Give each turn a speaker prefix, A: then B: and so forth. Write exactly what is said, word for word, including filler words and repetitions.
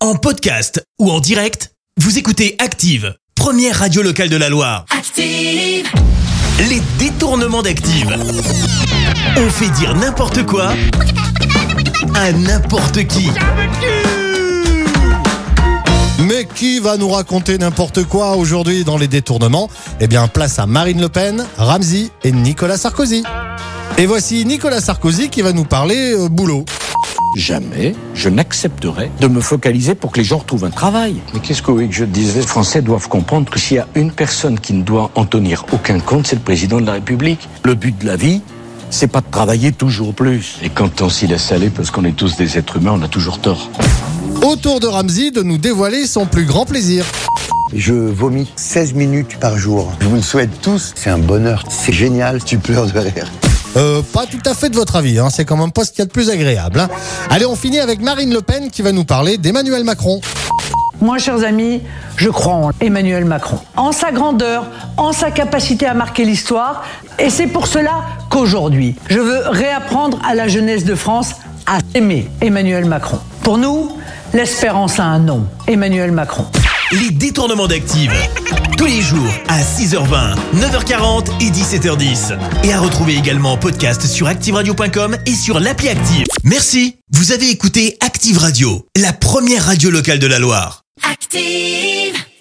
A: En podcast ou en direct, vous écoutez Active, première radio locale de la Loire. Active! Les détournements d'Active. On fait dire n'importe quoi à n'importe qui.
B: Mais qui va nous raconter n'importe quoi aujourd'hui dans les détournements ? Eh bien, place à Marine Le Pen, Ramzy et Nicolas Sarkozy. Et voici Nicolas Sarkozy qui va nous parler euh, boulot.
C: Jamais je n'accepterai de me focaliser pour que les gens retrouvent un travail. Mais qu'est-ce que vous voulez que je dise ? Les Français doivent comprendre que s'il y a une personne qui ne doit en tenir aucun compte, c'est le président de la République. Le but de la vie, c'est pas de travailler toujours plus. Et quand on s'y laisse aller, parce qu'on est tous des êtres humains, on a toujours tort.
B: Au tour de Ramzy de nous dévoiler son plus grand plaisir.
D: Je vomis seize minutes par jour. Je vous le souhaite tous. C'est un bonheur. C'est génial. Tu pleures de rire.
B: Euh, pas tout à fait de votre avis, hein. C'est quand même pas ce qu'il y a de plus agréable. Hein. Allez, on finit avec Marine Le Pen qui va nous parler d'Emmanuel Macron.
E: Moi, chers amis, je crois en Emmanuel Macron, en sa grandeur, en sa capacité à marquer l'histoire. Et c'est pour cela qu'aujourd'hui, je veux réapprendre à la jeunesse de France à aimer Emmanuel Macron. Pour nous, l'espérance a un nom, Emmanuel Macron.
A: Les détournements d'Active. Tous les jours à six heures vingt, neuf heures quarante et dix-sept heures dix. Et à retrouver également en podcast sur active radio point com et sur l'appli Active. Merci. Vous avez écouté Active Radio, la première radio locale de la Loire. Active!